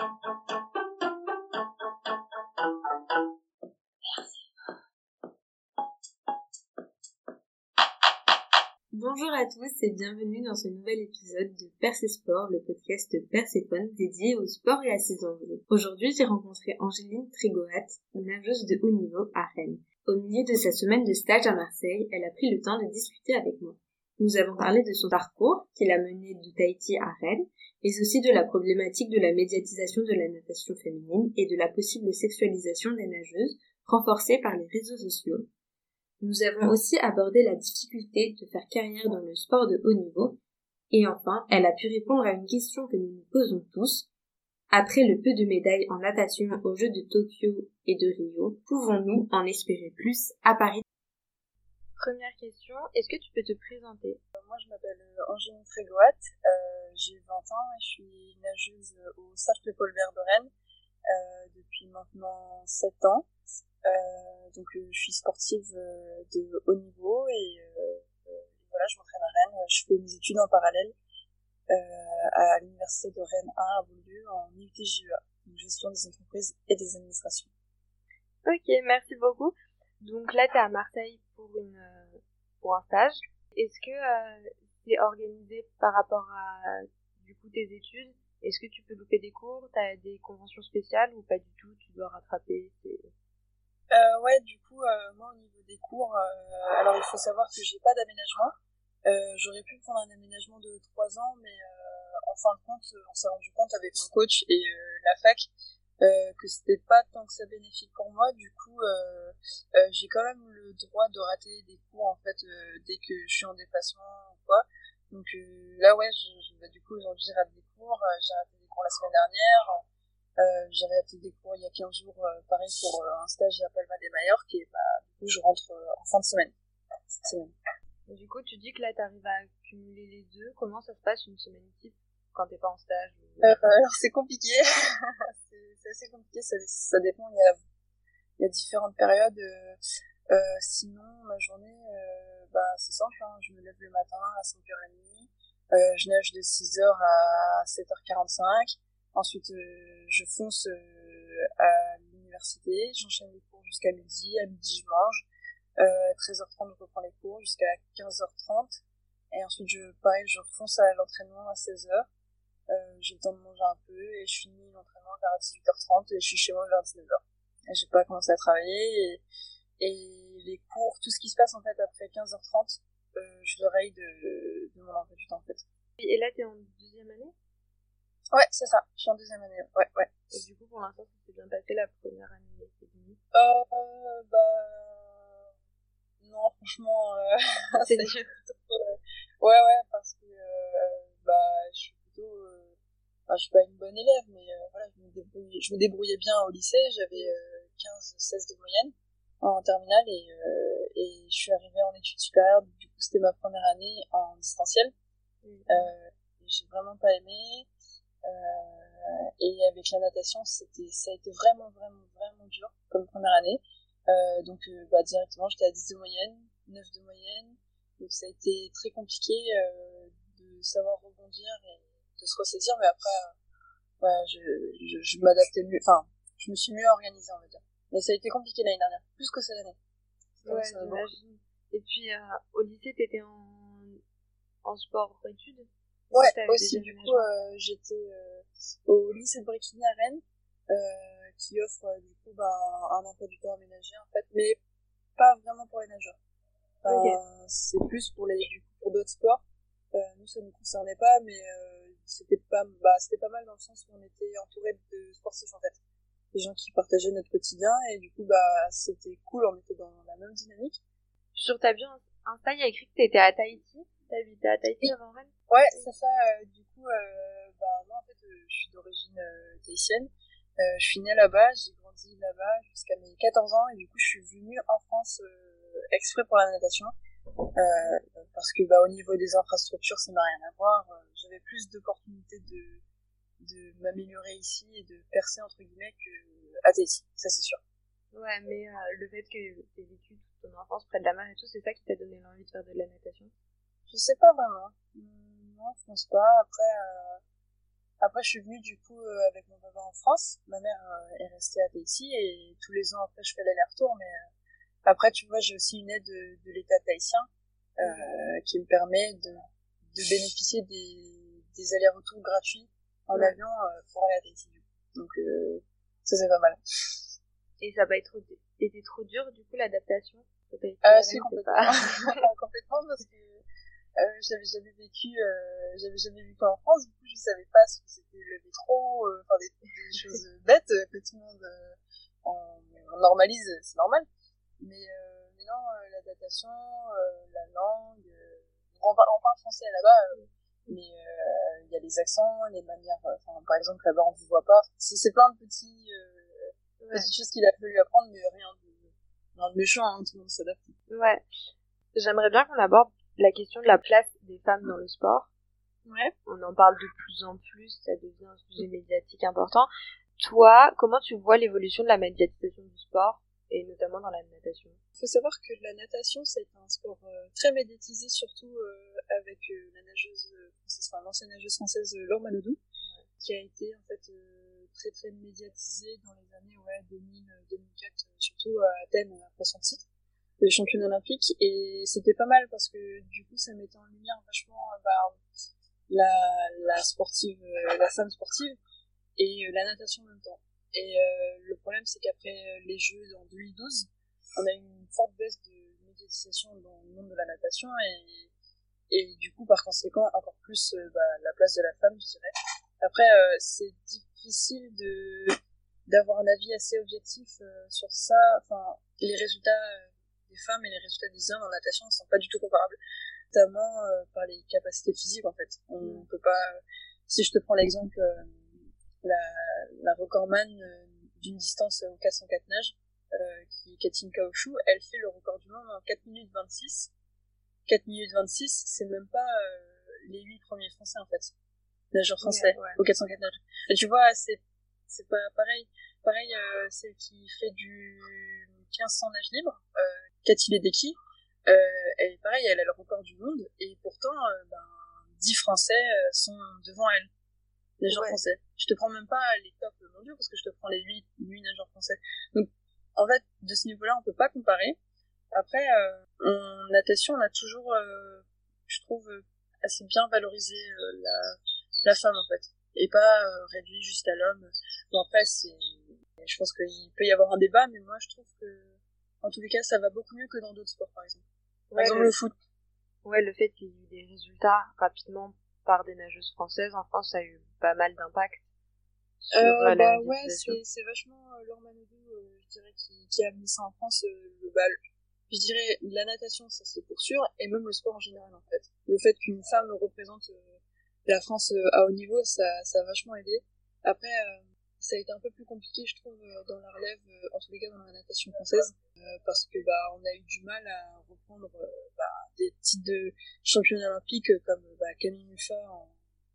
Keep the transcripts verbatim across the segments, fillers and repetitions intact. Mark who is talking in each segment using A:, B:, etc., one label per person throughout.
A: Bonjour à tous et bienvenue dans ce nouvel épisode de Percé Sport, le podcast de Perséphone dédié au sport et à ses enjeux. Aujourd'hui, j'ai rencontré Angéline Trégoat, une nageuse de haut niveau à Rennes. Au milieu de sa semaine de stage à Marseille, elle a pris le temps de discuter avec moi. Nous avons parlé de son parcours, qui l'a menée de Tahiti à Rennes, mais aussi de la problématique de la médiatisation de la natation féminine et de la possible sexualisation des nageuses, renforcée par les réseaux sociaux. Nous avons aussi abordé la difficulté de faire carrière dans le sport de haut niveau. Et enfin, elle a pu répondre à une question que nous nous posons tous. Après le peu de médailles en natation aux Jeux de Tokyo et de Rio, pouvons-nous en espérer plus à Paris? Première question, est-ce que tu peux te présenter?
B: Moi, je m'appelle Angéline Trégoat, euh, j'ai vingt ans et je suis nageuse au Cercle Paul Bert de Rennes euh, depuis maintenant sept ans. Euh, donc euh, je suis sportive euh, de haut niveau et euh, euh, voilà, je m'entraîne à Rennes. Je fais mes études en parallèle euh, à l'université de Rennes un à Beaulieu en I U T J E A, donc gestion des entreprises et des administrations.
A: Ok, merci beaucoup. Donc là, tu es à Marseille pour une euh, pour un stage. Est-ce que euh, c'est organisé par rapport à du coup tes études? Est-ce que tu peux louper des cours? Tu as des conventions spéciales ou pas du tout? Tu dois rattraper c'est...
B: Euh, ouais, du coup, euh, moi au niveau des cours, euh, alors il faut savoir que j'ai pas d'aménagement. Euh, j'aurais pu prendre un aménagement de trois ans, mais euh, en fin de compte, on s'est rendu compte avec mon coach et euh, la fac euh, que c'était pas tant que ça bénéfique pour moi. Du coup, euh, euh, j'ai quand même le droit de rater des cours en fait euh, dès que je suis en déplacement ou quoi. Donc euh, là, ouais, je, je, bah, du coup aujourd'hui, je rate des cours. Euh, j'ai raté des cours la semaine dernière. Euh, j'ai raté des cours il y a quinze jours, euh, pareil pour euh, un stage à Palma de Majorque, et bah, du coup, je rentre euh, en fin de semaine. Cette semaine.
A: Et du coup, tu dis que là, tu arrives à cumuler les deux. Comment ça se passe une semaine type quand t'es pas en stage ou...
B: euh, Alors, c'est compliqué. c'est, c'est assez compliqué, ça, ça dépend. Il y a, il y a différentes périodes. Euh, euh, sinon, ma journée, euh, bah, c'est simple. Hein. Je me lève le matin à cinq heures trente. Euh, je nage de six heures à sept heures quarante-cinq. Ensuite, euh, je fonce euh, à l'université, j'enchaîne les cours jusqu'à midi, à midi je mange, euh, treize heures trente je reprends les cours jusqu'à quinze heures trente, et ensuite je, pareil, je fonce à l'entraînement à seize heures, euh, j'ai le temps de manger un peu, et je finis l'entraînement vers dix-huit heures trente, et je suis chez moi vers dix-neuf heures. Et j'ai pas commencé à travailler, et, et les cours, tout ce qui se passe en fait après quinze heures trente, euh, je l'oreille de, de mon emploi du temps en fait.
A: Et là, t'es en deuxième année?
B: Ouais, c'est ça. Je suis en deuxième année. Ouais, ouais.
A: Et du coup, pour l'instant, ça s'est bien passé la première année, c'est fini?
B: Euh, bah, non, franchement, euh,
A: c'est dur.
B: Euh, ouais, ouais, parce que, euh, bah, je suis plutôt, euh, enfin, je suis pas une bonne élève, mais euh, voilà, je me débrouillais, je me débrouillais bien au lycée. J'avais euh, quinze seize de moyenne en terminale, et, euh, et je suis arrivée en études supérieures. Du coup, c'était ma première année en distanciel. Mm-hmm. Euh, j'ai vraiment pas aimé. Euh, et avec la natation, c'était, ça a été vraiment, vraiment, vraiment dur comme première année. Euh, donc, euh, bah, directement, j'étais à dix de moyenne, neuf de moyenne. Donc, ça a été très compliqué euh, de savoir rebondir et de se ressaisir. Mais après, euh, bah, je, je, je m'adaptais mieux. Enfin, je me suis mieux organisée, on va dire. Mais ça a été compliqué l'année dernière, plus que cette année.
A: Ouais, j'imagine. Et puis, euh, au lycée, t'étais en, en sport-études?
B: Ouais, aussi, du coup, euh, j'étais euh, au lycée de Bréquigny à Rennes, euh, qui offre, euh, du coup, bah, un, un emploi du temps aménagé, en fait, mais pas vraiment pour les nageurs. Enfin, okay. C'est plus pour les, du coup, pour d'autres sports. Euh, nous, ça ne nous concernait pas, mais euh, c'était pas, bah, c'était pas mal dans le sens où on était entouré de sportifs, en fait. Des gens qui partageaient notre quotidien, et du coup, bah, c'était cool, on était dans la même dynamique.
A: Sur ta bio Insta, il y a écrit que t'étais à Tahiti. T'habitais à Tahiti avant Rennes?
B: Ouais, c'est ça. Euh, du coup, euh, bah, moi, en fait, euh, je suis d'origine euh, tahitienne. Euh, je suis née là-bas, j'ai grandi là-bas jusqu'à mes quatorze ans, et du coup, je suis venue en France euh, exprès pour la natation. Euh, parce que, bah, au niveau des infrastructures, ça n'a rien à voir. Euh, j'avais plus d'opportunités de, de m'améliorer ici et de percer, entre guillemets, qu'à Tahiti. Ça, c'est sûr.
A: Ouais, mais euh, le fait que t'aies vécu toute ton enfance près de la mer et tout, c'est ça qui t'a donné l'envie de faire de la natation?
B: Je sais pas vraiment. Non, je pense pas. Après, euh, après, je suis venue du coup euh, avec mon papa en France. Ma mère euh, est restée à Tahiti et tous les ans après, je fais l'aller-retour. Mais euh, après, tu vois, j'ai aussi une aide de, de l'État tahitien euh, mmh. qui me permet de, de bénéficier des, des allers-retours gratuits en mmh. avion euh, pour aller à Tahiti. Donc euh, ça, c'est pas mal.
A: Et ça va être été trop dur du coup l'adaptation?
B: Euh, si, complètement. Pas... complètement parce que Euh, j'avais jamais vécu euh, j'avais jamais vécu en France, du coup je savais pas ce que c'était le métro, euh, enfin des, des choses bêtes euh, que tout le monde euh, en, en normalise, c'est normal, mais euh, mais non, euh, l'adaptation, euh, la langue, euh, on, parle, on parle français là-bas, euh, mais il euh, y a les accents, les manières, enfin euh, par exemple là-bas on vous voit pas, c'est, c'est plein de petits euh, ouais. petites choses qu'il a fallu apprendre, mais rien de, rien de méchant, hein, tout le monde s'adapte.
A: Ouais, j'aimerais bien qu'on aborde la question de la place des femmes dans le sport.
B: Ouais.
A: On en parle de plus en plus, ça devient un sujet médiatique important. Toi, comment tu vois l'évolution de la médiatisation du sport, et notamment dans la natation?
B: Il faut savoir que la natation, c'est un sport euh, très médiatisé, surtout euh, avec euh, la nageuse française, enfin l'ancienne nageuse française Laure Manodou, ouais. qui a été en fait euh, très très médiatisée dans les années ouais, deux mille, deux mille quatre, surtout à Athènes après son titre de championne olympique, et c'était pas mal parce que du coup ça mettait en lumière vachement bah, la, la sportive, euh, la femme sportive et euh, la natation en même temps. Et euh, le problème c'est qu'après les Jeux en deux mille douze, on a eu une forte baisse de médiatisation dans le monde de la natation et, et du coup par conséquent encore plus euh, bah, la place de la femme, je dirais. Après euh, c'est difficile de d'avoir un avis assez objectif euh, sur ça, enfin les résultats euh, des femmes et les résultats des hommes en natation ne sont pas du tout comparables, notamment euh, par les capacités physiques en fait. On mmh. peut pas, euh, si je te prends l'exemple, euh, la, la recordman euh, d'une distance au quatre cent quatre nages, euh, qui est Katin Kaoshu, elle fait le record du monde en quatre minutes vingt-six. quatre minutes vingt-six, c'est même pas euh, les huit premiers français en fait, nageurs français, ouais, ouais. au quatre cent quatre nages. Et tu vois, c'est, c'est pas pareil. Pareil, euh, celle qui fait du quinze cents nages libres, euh, Cathy Ledecky, euh, elle est pareil, elle a le record du monde, et pourtant, euh, ben, dix Français euh, sont devant elle, nageurs ouais. français. Je te prends même pas les tops mondiaux, parce que je te prends les huit nageurs français. Donc, en fait, de ce niveau-là, on peut pas comparer. Après, euh, en natation, on a toujours, euh, je trouve, assez bien valorisé euh, la, la femme, en fait, et pas euh, réduit juste à l'homme. Bon, après, c'est, je pense qu'il peut y avoir un débat, mais moi, je trouve que, en tous les cas, ça va beaucoup mieux que dans d'autres sports, par exemple. Par ouais, exemple, le... le foot.
A: Ouais, le fait qu'il y ait eu des résultats rapidement par des nageuses françaises en France, ça a eu pas mal d'impact sur
B: euh,
A: la
B: bah ouais, c'est, c'est vachement euh, Laure Manodou, euh, je dirais, qui, qui a mis ça en France. Euh, le, bah, je dirais, la natation, ça c'est pour sûr, et même le sport en général, en fait. Le fait qu'une femme représente euh, la France euh, à haut niveau, ça, ça a vachement aidé. Après, euh, ça a été un peu plus compliqué, je trouve, euh, dans la relève, euh, en tous les cas dans la natation française, euh, parce que bah on a eu du mal à reprendre euh, bah, des titres de championne olympique euh, comme bah, Camille Muffat en,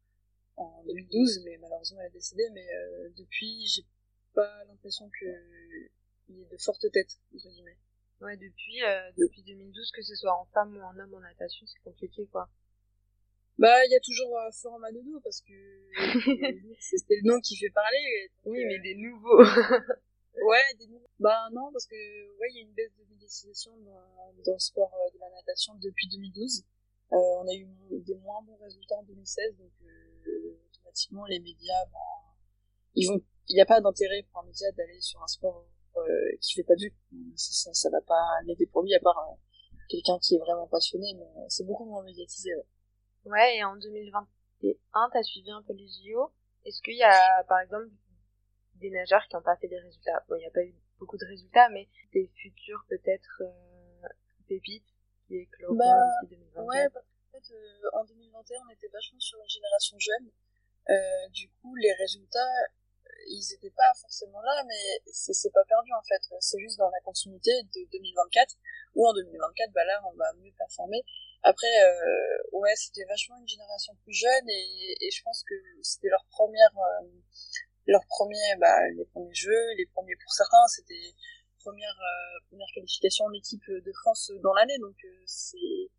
B: en deux mille douze, mais malheureusement elle est décédée. Mais euh, depuis, j'ai pas l'impression que il y ait de fortes têtes, entre guillemets.
A: Ouais, depuis euh, depuis deux mille douze, que ce soit en femme ou en homme en natation, c'est compliqué, quoi.
B: Bah, il y a toujours euh, Florent Manodou, parce que c'était le nom qui fait parler.
A: Donc, oui, euh... mais des nouveaux.
B: ouais, des nouveaux. Bah non, parce que ouais, il y a une baisse de médiatisation dans, dans le sport euh, de la natation depuis deux mille douze. Euh, on a eu des moins bons résultats en deux mille seize, donc euh, automatiquement les médias, bah, ils vont, il n'y a pas d'intérêt pour un média d'aller sur un sport euh, qui fait pas de vue. Ça, ça, ça va pas l'aider pour lui, à part euh, quelqu'un qui est vraiment passionné, mais c'est beaucoup moins médiatisé. Ouais.
A: Ouais, et en deux mille vingt et un, t'as suivi un peu les J O. Est-ce qu'il y a, par exemple, des nageurs qui n'ont pas fait des résultats? Bon, il n'y a pas eu beaucoup de résultats, mais des futurs, peut-être, euh, pépites qui écloront
B: bah,
A: d'ici deux mille vingt-quatre.
B: Ouais, parce qu'en fait, euh, en deux mille vingt et un, on était vachement sur une génération jeune. Euh, du coup, les résultats, ils étaient pas forcément là, mais c'est, c'est pas perdu, en fait. C'est juste dans la continuité de deux mille vingt-quatre, où en deux mille vingt-quatre, bah là, on va mieux performer. Après, euh, ouais, c'était vachement une génération plus jeune, et, et je pense que c'était leur première, euh, leur premier, bah, les premiers jeux, les premiers pour certains, c'était première, euh, première qualification en équipe de France dans l'année, donc euh, c'est,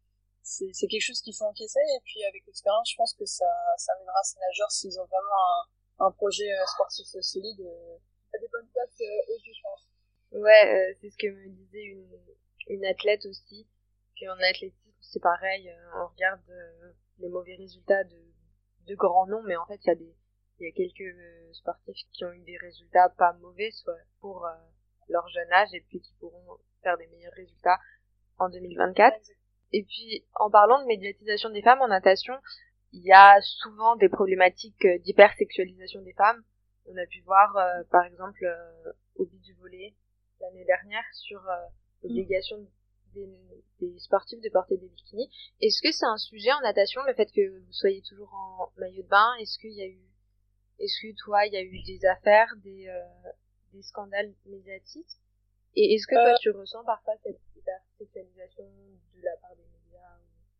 B: c'est, c'est quelque chose qu'il faut encaisser, et puis avec l'expérience, je pense que ça, ça amènera ces nageurs, s'ils ont vraiment un, un projet euh, sportif solide, euh, à des bonnes places euh, aux yeux, je pense.
C: Ouais, euh, c'est ce que me disait une, une athlète aussi, qu'en athlétisme, c'est pareil, euh, on regarde euh, les mauvais résultats de, de grands noms, mais en fait, il y a des, il y a quelques euh, sportifs qui ont eu des résultats pas mauvais, soit pour euh, leur jeune âge, et puis qui pourront faire des meilleurs résultats en deux mille vingt-quatre. Et puis, en parlant de médiatisation des femmes en natation, il y a souvent des problématiques euh, d'hypersexualisation des femmes. On a pu voir, euh, par exemple, euh, au beach du volley, l'année dernière, sur euh, l'obligation des, des sportifs de porter des bikinis. Est-ce que c'est un sujet en natation, le fait que vous soyez toujours en maillot de bain? Est-ce qu'il y a eu, est-ce que toi, il y a eu des affaires, des, euh, des scandales médiatiques? Et est-ce que toi, tu ressens parfois cette hypersexualisation de la part des médias?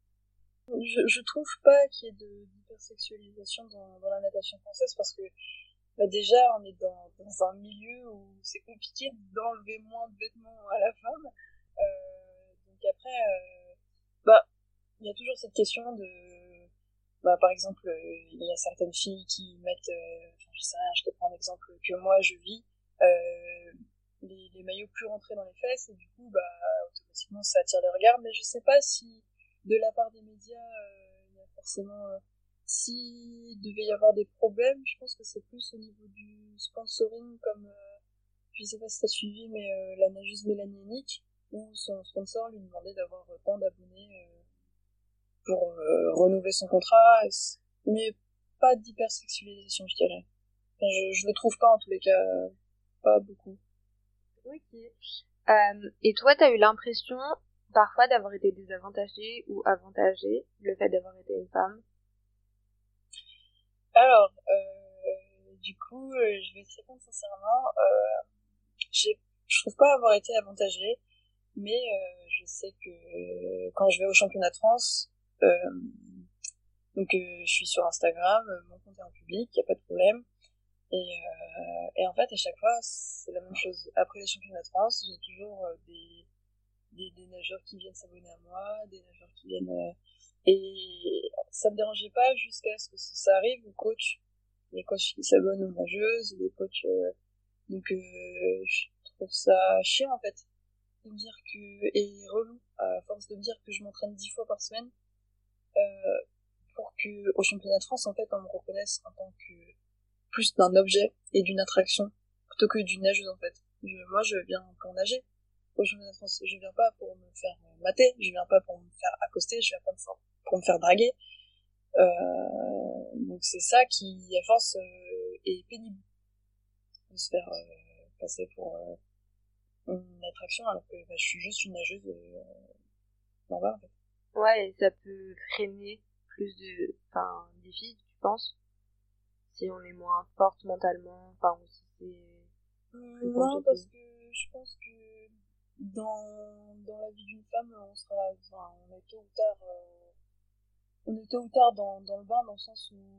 B: Je, je trouve pas qu'il y ait de, d'hypersexualisation dans, dans la natation française, parce que bah déjà, on est dans, dans un milieu où c'est compliqué d'enlever moins de vêtements à la femme. Euh, donc après, euh, bah, il y a toujours cette question de, bah, par exemple, euh, il y a certaines filles qui mettent, euh, enfin, je sais rien, je te prends un exemple que moi je vis, euh, les, les maillots plus rentrés dans les fesses, et du coup, bah, automatiquement, ça attire les regards, mais je sais pas si, de la part des médias, euh, il y a forcément, euh, s'il devait y avoir des problèmes, je pense que c'est plus au niveau du sponsoring, comme, euh, je sais pas si t'as suivi, mais euh, la nageuse Mélanie Hennig, où son sponsor lui demandait d'avoir tant d'abonnés euh, pour euh, renouveler son contrat, mais pas d'hypersexualisation, je dirais. Enfin, je, je le trouve pas, en tous les cas, euh, pas beaucoup.
C: Ok. Euh, et toi, t'as eu l'impression parfois d'avoir été désavantagée ou avantagée, le fait d'avoir été une femme?
B: Alors, euh, du coup, euh, je vais te répondre sincèrement. Euh, j'ai, je trouve pas avoir été avantagée, mais euh, je sais que euh, quand je vais au championnat de France, euh, donc euh, je suis sur Instagram, euh, mon compte est en public, y a pas de problème. Et, euh, et en fait, à chaque fois, c'est la même chose. Après les championnats de France, j'ai toujours euh, des, des, des nageurs qui viennent s'abonner à moi, des nageurs qui viennent... Euh, et ça me dérangeait pas jusqu'à ce que ça arrive aux coachs. Les coachs qui s'abonnent aux nageuses, les coachs... Euh, donc euh, je trouve ça chiant, en fait, de me dire que... Et relou, à force de me dire que je m'entraîne dix fois par semaine, euh, pour que au championnat de France, en fait, on me reconnaisse en tant que plus d'un objet et d'une attraction plutôt que d'une nageuse, en fait. Je, moi, je viens pour nager au championnat de France. Je viens pas pour me faire mater, je viens pas pour me faire accoster, je viens pas pour me faire draguer. Euh, donc c'est ça qui, à force, euh, est pénible de se faire euh, passer pour euh, une attraction, alors que bah, je suis juste une nageuse euh, normale, en fait.
C: Ouais, et ça peut freiner plus de, enfin, des filles, tu penses? Si on est moins forte mentalement, enfin, ou si c'est plus
B: Non, parce
C: compliqué.
B: que je pense que dans, dans la vie d'une femme, on sera, enfin, on est tôt ou tard, euh, on est tôt ou tard dans, dans le bain, dans le sens où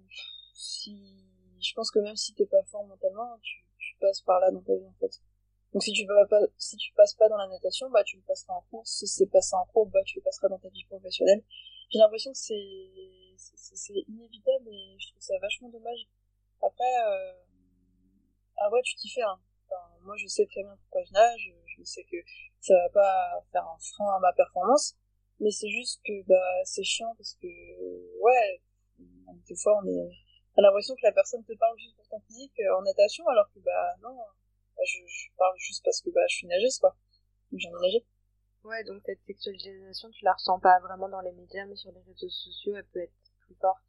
B: si, je pense que même si t'es pas fort mentalement, tu, tu passes par là dans ta vie, en fait. Donc si tu vas pas, si tu passes pas dans la natation, bah tu le passeras en course. Si c'est passé en cours, bah tu le passeras dans ta vie professionnelle. J'ai l'impression que c'est, c'est, c'est inévitable, et je trouve ça vachement dommage. Après, euh, ah ouais, tu t'y fais, hein. Enfin, moi, je sais très bien pourquoi je nage, je sais que ça va pas faire un frein à ma performance, mais c'est juste que, bah, c'est chiant parce que, ouais, des fois, on est, on a l'impression que la personne te parle juste pour ton physique euh, en natation, alors que, bah, non, bah, je, je parle juste parce que, bah, je suis nageuse, quoi. J'ai envie de nager.
C: Ouais, donc cette sexualisation, tu la ressens pas vraiment dans les médias, mais sur les réseaux sociaux, elle peut être plus forte.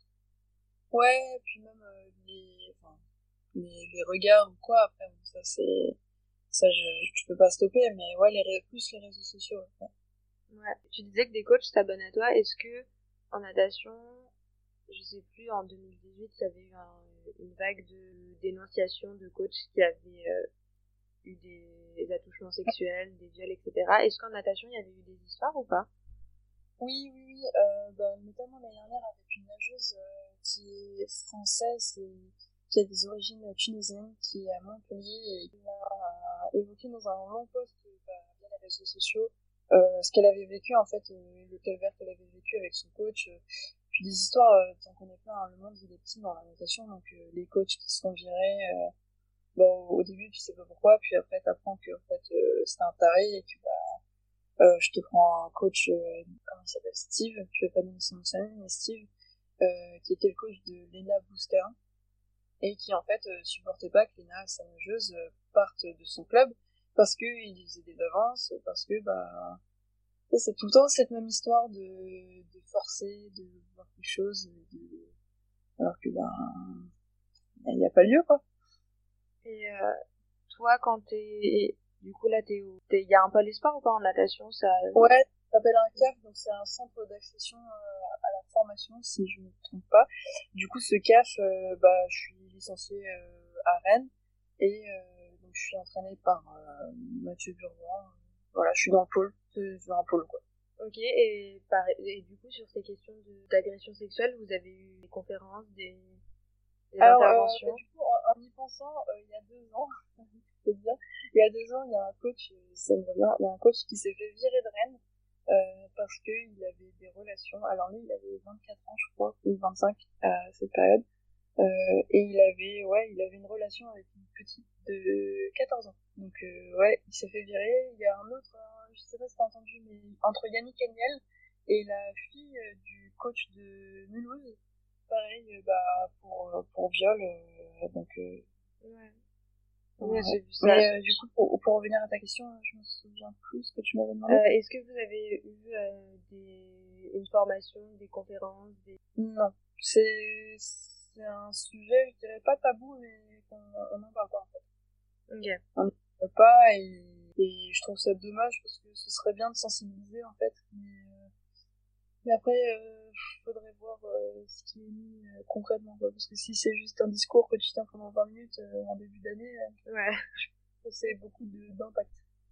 B: Ouais, puis même, euh, les, enfin, les, les regards ou quoi, après, bon, ça, c'est, ça, je, je peux pas stopper, mais ouais, les, ré- plus les réseaux sociaux, ouais.
C: Ouais. Tu disais que des coachs s'abonnent à toi. Est-ce que, en natation, je sais plus, en deux mille dix-huit, il y avait eu un, une vague de dénonciation de coachs qui avaient euh, eu des, des attouchements sexuels, des viols, et cetera. Est-ce qu'en natation, il y avait eu des histoires ou pas?
B: Oui, oui, oui, euh, bah, notamment l'année dernière avec une nageuse euh, qui est française et qui a des origines tunisiennes, qui est à Montpellier, et qui a évoqué dans un long post euh, bah, via les réseaux sociaux euh, ce qu'elle avait vécu en fait, euh, le calvaire qu'elle avait vécu avec son coach, euh, puis des histoires, euh, t'en connais plein, hein, le monde il est petit dans la natation, donc euh, les coachs qui se sont virés, euh, bon au début tu sais pas pourquoi, puis après t'apprends que en fait euh, c'est un taré et que bah euh, je te prends un coach, euh, comment il s'appelle, Steve, je vais pas donner son nom de famille, mais Steve, euh, qui était le coach de Lena Bouster, et qui en fait euh, supportait pas que Lena, sa nageuse, euh, parte de son club parce que il faisait des avances, parce que bah et c'est tout le temps cette même histoire de, de forcer, de voir quelque chose, de... alors que ben il n'y a pas lieu quoi.
C: Et euh, toi, quand t'es, du coup là, t'es où? Il y a un polysport ou pas en natation, ça?
B: Ouais, ça s'appelle un C A F, donc c'est un centre d'accession euh, à la formation, si je ne me trompe pas. Du coup, ce C A F, euh, bah, je suis licenciée euh, à Rennes, et euh, donc je suis entraînée par euh, Mathieu Burgoin. Voilà, je suis dans le pôle, c'est c'est un pôle quoi.
C: Ok, et, par, et du coup, sur ces questions de, d'agression sexuelle, vous avez eu des conférences, des, des
B: Alors,
C: interventions?
B: euh, du coup, en, en y pensant, euh, il y a deux ans, c'est bien, il y a deux ans, il y a un coach, euh, ça me revient, il y a un coach qui s'est fait virer de Rennes, euh, parce que il avait des relations. Alors lui, il avait vingt-quatre ans, je crois, ou vingt-cinq à cette période, euh, et il avait, ouais, il avait une relation avec une petite de quatorze ans. Donc, euh, ouais, il s'est fait virer. Il y a un autre, euh, je sais pas si t'as entendu, mais entre Yannick Aniel et la fille euh, du coach de Mulhouse, pareil, euh, bah, pour, euh, pour viol, euh, donc, euh,
C: Ouais.
B: ouais.
C: Ouais, j'ai vu ça.
B: Mais, euh, du coup, pour, pour revenir à ta question, je me souviens plus ce que tu m'avais demandé.
C: Euh, est-ce que vous avez eu euh, des, une formation, des conférences, des...
B: Non. C'est, c'est un sujet, je dirais pas tabou, mais qu'on, on en parle pas, en fait.
C: Ok.
B: On n'en parle pas, et, et je trouve ça dommage parce que ce serait bien de sensibiliser, en fait. Mais, euh, mais après, euh, faudrait voir euh, ce qui est mis euh, concrètement, quoi. Parce que si c'est juste un discours que tu tiens pendant vingt minutes euh, en début d'année, euh,
C: Ouais.
B: c'est beaucoup de, d'impact.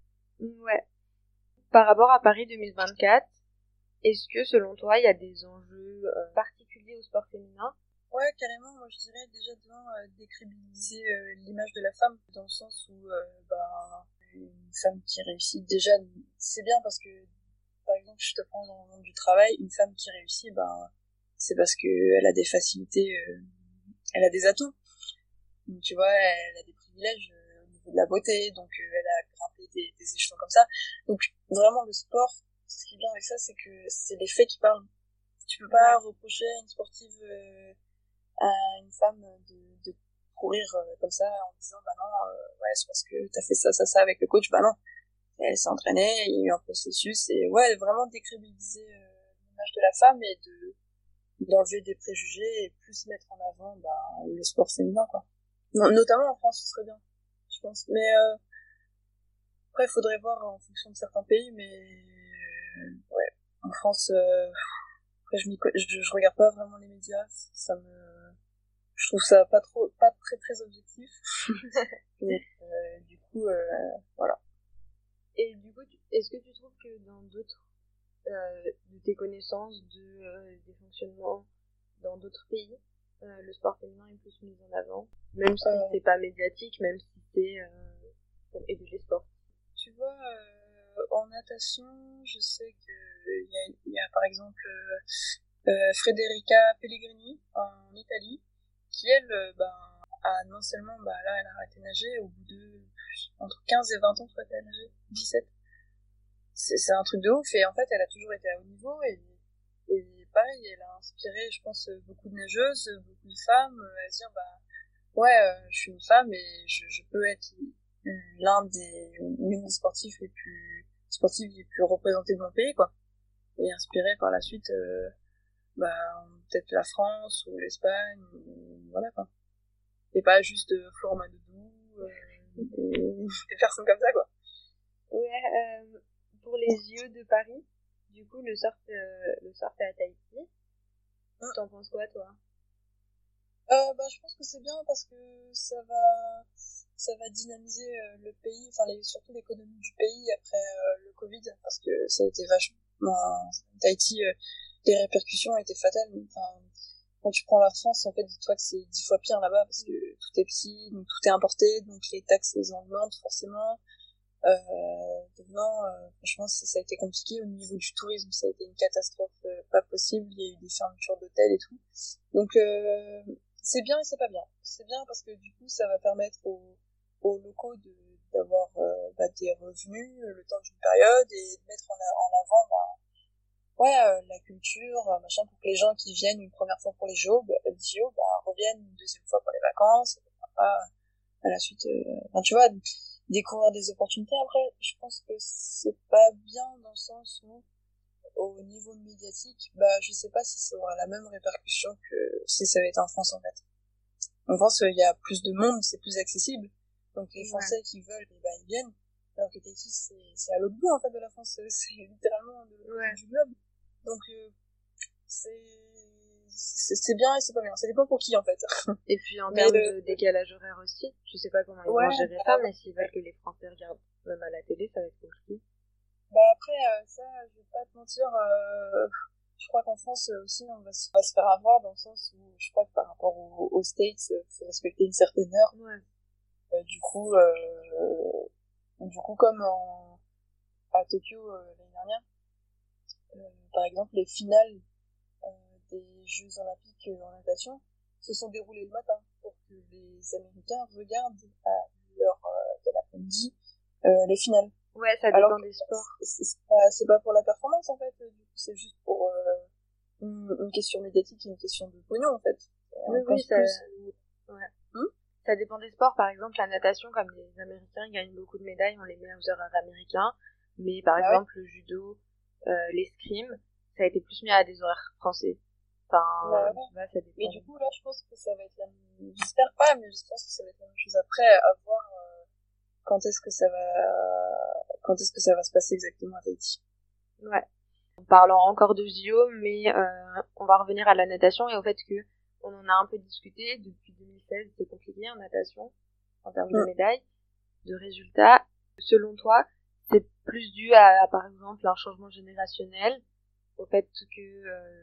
C: Ouais. Par rapport à Paris deux mille vingt-quatre, est-ce que selon toi, il y a des enjeux euh, particuliers au sport féminin?
B: Ouais, carrément, moi je dirais déjà devant euh, décrédibiliser euh, l'image de la femme, dans le sens où euh, bah, une femme qui réussit déjà, c'est bien parce que, par exemple, je te prends dans le monde du travail, une femme qui réussit, ben, c'est parce que elle a des facilités, euh, elle a des atouts. Donc, tu vois, elle a des privilèges euh, au niveau de la beauté, donc euh, elle a grimpé des, des échelons comme ça. Donc vraiment le sport, ce qui est bien avec ça, c'est que c'est les faits qui parlent. Tu peux pas reprocher à une sportive, euh, à une femme de, de courir euh, comme ça en disant bah non, euh, ouais c'est parce que t'as fait ça, ça, ça avec le coach, bah non. Elle s'est entraînée, il y a eu un processus, et ouais, vraiment décrédibiliser euh, l'image de la femme et de d'enlever des préjugés et plus mettre en avant bah, le sport féminin quoi. Non, notamment en France, ce serait bien, je pense. Mais euh, après, il faudrait voir en fonction de certains pays, mais euh, ouais, en France, euh, après je, m'y, je je regarde pas vraiment les médias, ça me, je trouve ça pas trop, pas très très objectif. Et, euh, du coup, euh, voilà.
C: Et du coup, tu- est-ce que tu trouves que dans d'autres euh, de tes connaissances de euh, des fonctionnements dans d'autres pays, euh, le sport féminin est plus mis en avant, même si
B: Euh,
C: c'est pas médiatique, même si c'est euh, pour aider les sports?
B: Tu vois, euh, en natation, je sais que il y a, il y a par exemple euh, euh, Federica Pellegrini en Italie, qui elle, euh, ben, a non seulement, bah là, elle a arrêté de nager au bout de entre quinze et vingt ans, je crois qu'elle a nagé, dix-sept. C'est, c'est un truc de ouf, et en fait, elle a toujours été à haut niveau, et, et pareil, elle a inspiré, je pense, beaucoup de nageuses, beaucoup de femmes, euh, à se dire, bah, ouais, euh, je suis une femme et je, je peux être l'un des, l'une des sportifs les plus, sportifs les plus représentés de mon pays, quoi. Et inspiré par la suite, euh, bah, peut-être la France ou l'Espagne, ou, voilà, quoi. Et pas juste euh, Florent Madoudou, euh, des, des personnes comme ça, quoi.
C: Ouais, euh, pour les yeux de Paris, du coup, le surf, euh, le surf est à Tahiti.
B: Hum.
C: T'en penses quoi, toi?
B: Euh, bah, je pense que c'est bien parce que ça va, ça va dynamiser euh, le pays, enfin les, surtout l'économie du pays après euh, le Covid, parce que ça a été vachement, Tahiti, euh, les répercussions étaient fatales. Enfin, quand tu prends la France, en fait, dis-toi que c'est dix fois pire là-bas parce que tout est petit, donc tout est importé, donc les taxes elles augmentent forcément. Euh, donc non, euh, franchement, ça, ça a été compliqué. Au niveau du tourisme, ça a été une catastrophe euh, pas possible. Il y a eu des fermetures d'hôtels et tout. Donc euh, c'est bien et c'est pas bien. C'est bien parce que du coup, ça va permettre aux, aux locaux de d'avoir euh, bah, des revenus euh, le temps d'une période et de mettre en, a, en avant bah, ouais euh, la culture euh, machin pour que les gens qui viennent une première fois pour les J O, bah, les J O bah, reviennent une deuxième fois pour les vacances, pas à la suite euh, enfin tu vois découvrir des opportunités. Après je pense que c'est pas bien dans le sens où au niveau médiatique bah je sais pas si ça aura la même répercussion que si ça avait été en France en fait. En France il y a plus de monde, c'est plus accessible. Donc les Français ouais. qui veulent, eh ben, ils viennent. Alors que Tahiti, c'est, c'est à l'autre bout en fait de la France, c'est littéralement de l'autre ouais. bout du globe. Donc euh, c'est, c'est c'est bien et c'est pas bien. Ça dépend pour qui en fait.
C: Et puis en termes de décalage horaire aussi, je sais pas comment ils ouais, vont gérer bah, ça, mais s'ils veulent que les Français regardent même à la télé, ça va être compliqué.
B: Bah après euh, ça, je vais pas te mentir. Euh, je crois qu'en France aussi, on va se, on va se faire avoir dans le sens où je crois que par rapport aux, aux States, il faut respecter une certaine heure.
C: Ouais.
B: Euh, du coup, euh, du coup, comme en, à Tokyo euh, l'année dernière, euh, par exemple, les finales euh, des Jeux Olympiques euh, en natation se sont déroulées le matin pour que les Américains regardent à l'heure euh, de l'après-midi euh, les finales.
C: Ouais, ça dépend Alors, des sports.
B: C'est, c'est, pas, c'est pas pour la performance en fait, du coup, c'est juste pour euh, une, une question médiatique et une question de pognon en fait.
C: Oui, oui, ça... Plus... Ouais. Hmm Ça dépend des sports. Par exemple, la natation, comme les Américains gagnent beaucoup de médailles, on les met aux horaires américains. Mais par bah exemple, ouais. le judo, euh, l'escrime, ça a été plus mis à des horaires français. Enfin,
B: bah ouais. Vois, ça dépend. Mais du coup, là, je pense que ça va être la même... J'espère pas, mais je pense que ça va être la même chose après, à voir euh, quand est-ce que ça va... Quand est-ce que ça va se passer exactement à Tahiti.
C: Ouais. En parlant encore de J O, mais euh, on va revenir à la natation et au fait que on en a un peu discuté depuis deux mille seize, c'est compliqué en natation, en termes de médailles, de résultats. Selon toi, c'est plus dû à, à par exemple, un changement générationnel, au fait que euh,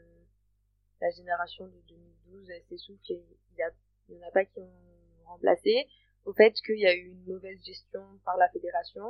C: la génération de deux mille douze, elle s'essouffle et il n'y en a pas qui ont remplacé, au fait qu'il y a eu une mauvaise gestion par la fédération,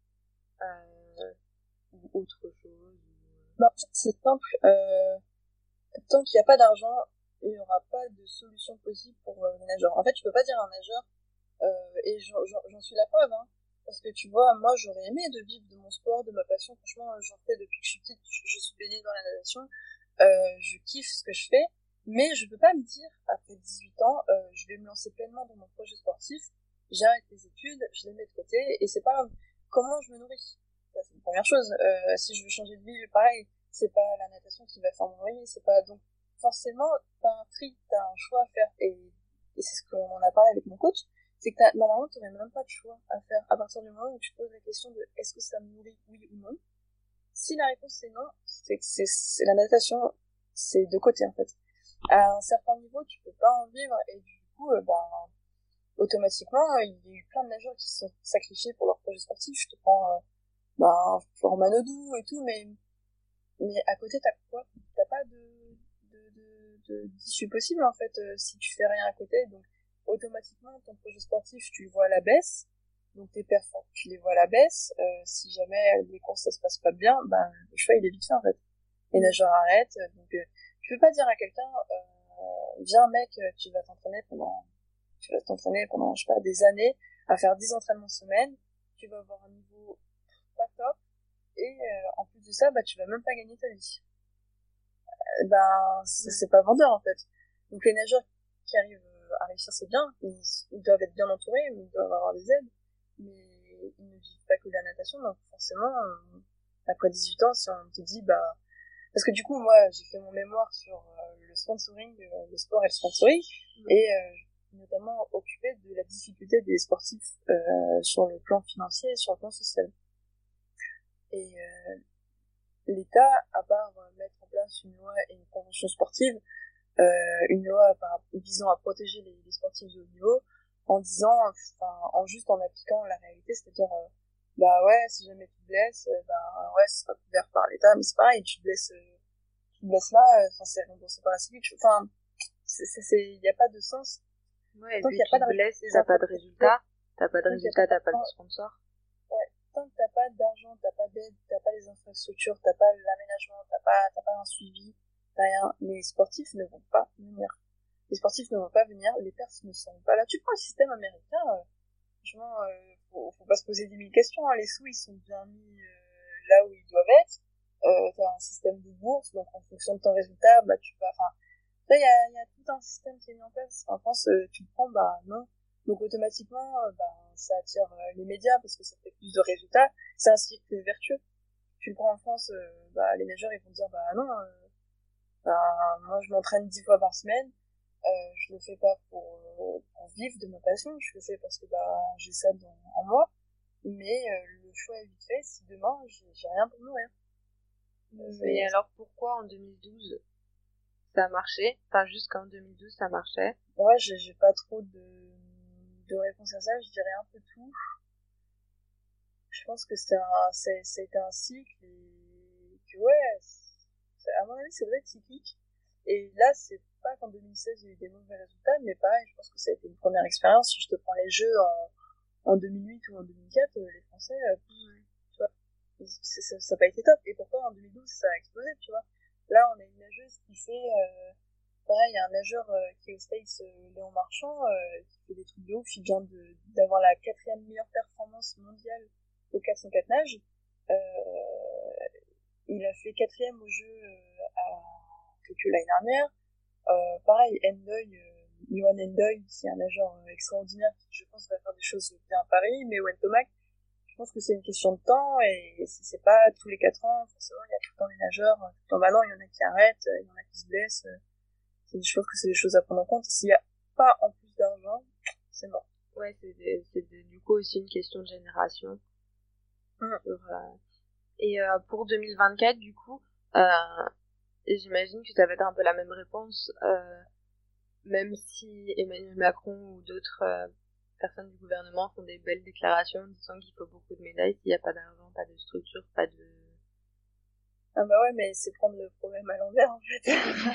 C: euh, ou autre chose.
B: Bah, c'est simple, euh, tant qu'il n'y a pas d'argent, il n'y aura pas de solution possible pour euh, les nageurs. En fait, tu peux pas dire à un nageur, euh, et j'en, j'en, j'en suis la preuve, hein, parce que tu vois, moi j'aurais aimé de vivre de mon sport, de ma passion, franchement j'en fais depuis que je suis petite, je, je suis baignée dans la natation, euh, je kiffe ce que je fais, mais je peux pas me dire, après dix-huit ans, euh, je vais me lancer pleinement dans mon projet sportif, j'arrête les études, je les mets de côté, et c'est pas grave. Comment je me nourris? Ça, c'est une première chose. Euh, si je veux changer de vie, pareil, c'est pas la natation qui va faire mon loyer, c'est pas, donc, forcément, t'as un tri, t'as un choix à faire, et, et c'est ce qu'on en a parlé avec mon coach, c'est que t'as, normalement, t'aurais même pas de choix à faire à partir du moment où tu poses la question de est-ce que ça me nourrit, oui ou non. Si la réponse c'est non, c'est que c'est, c'est la natation, c'est de côté en fait. À un certain niveau, tu peux pas en vivre et du coup, euh, ben, automatiquement, il y a eu plein de nageurs qui se sont sacrifiés pour leur projet sportif. Je te prends, euh, ben, Florent Manodou et tout, mais, mais à côté, t'as quoi? T'as pas de, de, de, de, d'issue possible en fait, euh, si tu fais rien à côté. Donc, automatiquement, ton projet sportif, tu le vois à la baisse. Donc, tes performances, tu les vois à la baisse. Euh, si jamais les courses, ça se passe pas bien, ben, le choix, il est vite fait, en fait. Les nageurs arrêtent. Donc, euh, tu peux pas dire à quelqu'un, euh, viens, mec, tu vas t'entraîner pendant, tu vas t'entraîner pendant, je sais pas, des années, à faire dix entraînements semaine. Tu vas avoir un niveau pas top. Et, euh, en plus de ça, bah, tu vas même pas gagner ta vie. Euh, ben, c'est, c'est pas vendeur, en fait. Donc, les nageurs qui arrivent à réussir, c'est bien, ils, ils doivent être bien entourés, ils doivent avoir des aides, mais ils ne vivent pas que de la natation, donc forcément, euh, après dix-huit ans, si on te dit, bah, parce que du coup, moi, j'ai fait mon mémoire sur euh, le sponsoring, euh, le sport et le sponsoring, mmh. et euh, notamment occupé de la difficulté des sportifs euh, sur le plan financier et sur le plan social. Et euh, l'État, à part mettre en place une loi et une convention sportive, Euh, une loi par, visant à protéger les, les sportifs de haut niveau en disant, enfin, en juste en appliquant la réalité, c'est-à-dire, euh, bah ouais, si jamais tu te blesses, euh, bah ouais, ce sera couvert par l'État, mais c'est pareil, tu te blesses, euh, tu te blesses là, enfin, euh, c'est remboursé par la Sécu, enfin, c'est, c'est, c'est, y a pas de sens.
C: Ouais, et puis tu te blesses, t'as pas de résultat, t'as pas de résultat, t'as pas de sponsor.
B: Ouais, tant pas d'argent, t'as pas d'aide, t'as pas les infrastructures, t'as pas l'aménagement, t'as pas, t'as pas un suivi, t'as rien, les sportifs ne vont pas venir. Les sportifs ne vont pas venir, les perfs ne sont pas là. Tu prends le système américain, euh, franchement, euh, faut, faut pas se poser dix mille questions, hein. Les sous, ils sont bien mis euh, là où ils doivent être. Euh, t'as un système de bourse, donc en fonction de ton résultat, bah tu vas, enfin, là, il y a, y a tout un système qui est mis en place. En France, euh, tu le prends, bah non. Donc automatiquement, euh, bah, ça attire euh, les médias parce que ça fait plus de résultats. C'est un cycle vertueux. Tu le prends en France, euh, bah, les nageurs, ils vont dire, bah non, euh, bah, moi je m'entraîne dix fois par semaine. Euh, je le fais pas pour, euh, pour vivre de ma passion. Je le fais parce que bah j'ai ça dans, en moi. Mais euh, le choix est vite fait. Si demain j'ai, j'ai rien pour nourrir.
C: Mais alors pourquoi en deux mille douze ça marchait, enfin jusqu'en deux mille douze ça marchait?
B: Ouais, j'ai, j'ai pas trop de, de réponse à ça, je dirais un peu tout. Je pense que c'est un, c'est, c'était un cycle et que ouais, c'est, à mon avis ça doit être cyclique. Et là, c'est pas qu'en deux mille seize il y a eu des mauvais résultats, mais pareil, je pense que ça a été une première expérience. Si je te prends les jeux en, en deux mille huit ou en deux mille quatre, les Français, euh, ouais. Tu vois, c'est, ça, ça a pas été top. Et pourtant en deux mille douze ça a explosé, tu vois. Là, on a une nageuse qui fait, euh, pareil, il y a un nageur euh, qui est au States, euh, Léon Marchand, euh, qui fait des trucs de ouf. Il vient de, d'avoir la quatrième meilleure performance mondiale au quatre cent quatre nages. Euh, il a fait quatrième au jeu euh, à Tokyo l'année dernière. Euh, pareil, Endoy, euh, Yohan Endoy, c'est un nageur euh, extraordinaire qui, je pense, va faire des choses bien à Paris. Mais Owen Tomac, je pense que c'est une question de temps et c'est, c'est pas tous les quatre ans. Forcément, il y a tout le temps des nageurs. Tout le temps, bah non, il y en a qui arrêtent, il y en a qui se blessent. Je pense que c'est des choses à prendre en compte. S'il n'y a pas en plus d'argent, c'est mort.
C: Ouais, c'est, de, c'est de, du coup aussi une question de génération.
B: Mmh.
C: Sur, euh... Et euh, pour deux mille vingt-quatre, du coup, euh, j'imagine que ça va être un peu la même réponse, euh, même si Emmanuel Macron ou d'autres euh, personnes du gouvernement font des belles déclarations disant qu'il faut beaucoup de médailles, s'il n'y a pas d'argent, pas de structure, pas de...
B: Ah bah ouais, mais c'est prendre le problème à l'envers, en fait.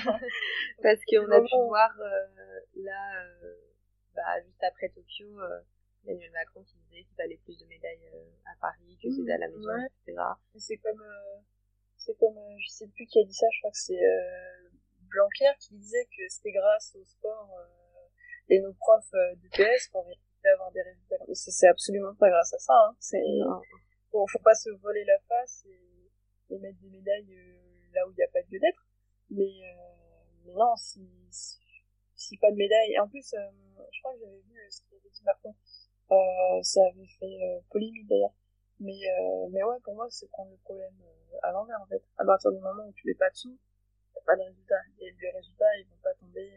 C: Parce qu'on a pu voir, euh, là, euh, bah, juste après Tokyo, euh, Emmanuel Macron qui disait qu'il fallait plus de médailles euh, à Paris, que mmh, c'était à la maison,
B: ouais.
C: et cetera.
B: C'est comme, euh, c'est comme, euh, je sais plus qui a dit ça, je crois que c'est euh, Blanquer qui disait que c'était grâce au sport euh, et nos profs euh, de P S qu'on réussissait à avoir des résultats. C'est, c'est absolument pas grâce à ça, hein. C'est, bon, faut pas se voler la face et, et mettre des médailles euh, là où il n'y a pas de lieu d'être. Mais, euh, mais non, si, si, si pas de médaille. Et en plus, euh, je crois que j'avais vu ce qu'il avait dit Macron. Euh, ça avait fait euh, polémique d'ailleurs. Mais, euh, mais ouais, pour moi, c'est prendre le problème euh, à l'envers, en fait. À partir du moment où tu mets pas de sous, t'as pas de résultats. Et les résultats, ils vont pas tomber.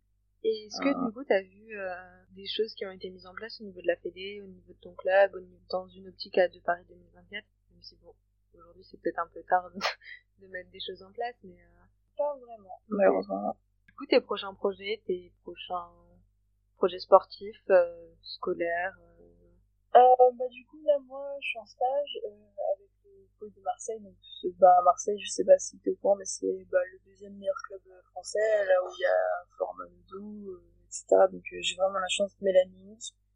C: Et est-ce que, euh... du coup, t'as vu euh, des choses qui ont été mises en place au niveau de la Fédé, au niveau de ton club, au niveau, dans une optique à de Paris deux mille vingt-quatre? Même si, bon, aujourd'hui, c'est peut-être un peu tard de, de mettre des choses en place, mais... Euh...
B: Pas vraiment, malheureusement.
C: Du coup, tes prochains projets, tes prochains projets sportifs, euh, scolaires
B: euh... Euh, bah, du coup, là, moi, je suis en stage euh, avec le pôle de Marseille. Donc, bah, à Marseille, je sais pas si t'es au courant, mais c'est bah, le deuxième meilleur club français, là où il y a Florent Manodou, euh, et cetera. Donc, euh, j'ai vraiment la chance, Mélanie,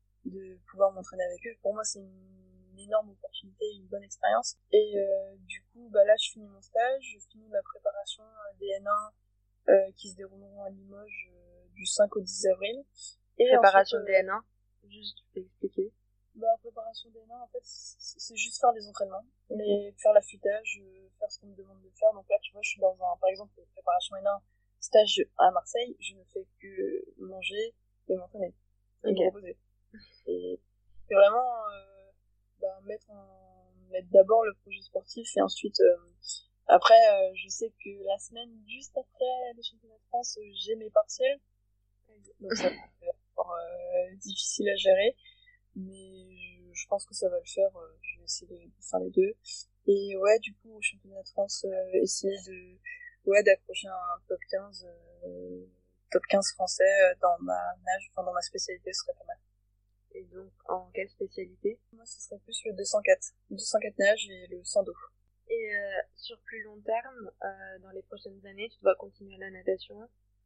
B: de pouvoir m'entraîner avec eux. Pour moi, c'est une, une énorme opportunité, une bonne expérience. Et euh, du coup, bah, là, je finis mon stage, je finis ma préparation des N un euh, qui se dérouleront à Limoges euh, du cinq au dix avril.
C: Et préparation ensuite, euh, des N un, juste, tu peux expliquer?
B: Bah, préparation des N un, en fait, c'est juste faire des entraînements, mais faire l'affûtage, faire ce qu'on me demande de faire. Donc là, tu vois, je suis dans un, par exemple, préparation N un, stage à Marseille, je ne fais que manger et m'entraîner. Et okay. me reposer. Et, et vraiment, euh, bah, mettre en, mettre d'abord le projet sportif et ensuite, euh, après, euh, je sais que la semaine juste après les championnats de France, euh, j'ai mes partiels. Donc ça va être euh, difficile à gérer. Mais je, je pense que ça va le faire. Euh, je vais essayer de, de faire les deux. Et ouais, du coup, au championnat de France, euh, essayer de, ouais, d'accrocher un top quinze, euh, top quinze français euh, dans ma nage, enfin dans ma spécialité, ce serait pas mal.
C: Et donc, en quelle spécialité?
B: Moi, ce serait plus le deux cent quatre. deux cent quatre nage et le cent dos.
C: Et euh, sur plus long terme, euh, dans les prochaines années, tu dois continuer la natation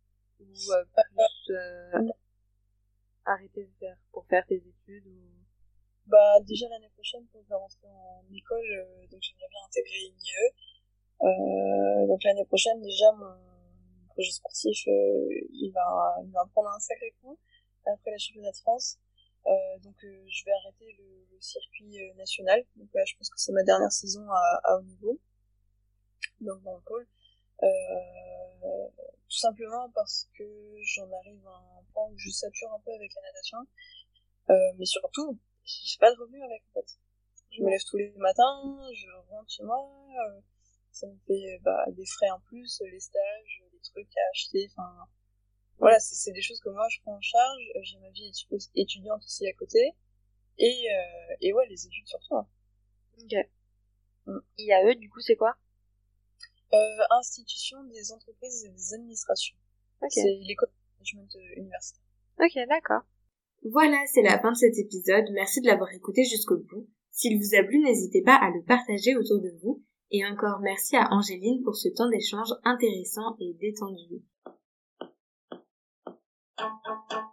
C: ou euh, plus euh, arrêter de faire pour faire tes études ou...
B: Bah, déjà l'année prochaine, quand je vais rentrer en école, euh, donc j'aimerais bien intégrer une I E. Euh, donc l'année prochaine, déjà, mon projet sportif, euh, il va, il va me prendre un sacré coup après la championnat de France. Euh, donc euh, je vais arrêter le, le circuit euh, national. Donc là, je pense que c'est ma dernière saison à, à haut niveau, donc dans le pôle. Euh, tout simplement parce que j'en arrive à un point où je sature un peu avec la natation. Euh, mais surtout, j'ai pas de revenus avec, en fait. Je me lève tous les matins, je rentre chez moi, euh, ça me fait bah, des frais en plus, les stages, les trucs à acheter, enfin voilà, c'est, c'est des choses que moi je prends en charge. J'ai ma vie étu- étudiante aussi à côté, et, euh, et ouais, les études surtout. Hein.
C: Ok. Mm. I A E, du coup, c'est quoi?
B: euh, Institution des entreprises et des administrations. Okay. C'est l'école de management universitaire.
C: Ok, d'accord.
A: Voilà, c'est la fin de cet épisode. Merci de l'avoir écouté jusqu'au bout. S'il vous a plu, n'hésitez pas à le partager autour de vous. Et encore merci à Angéline pour ce temps d'échange intéressant et détendu.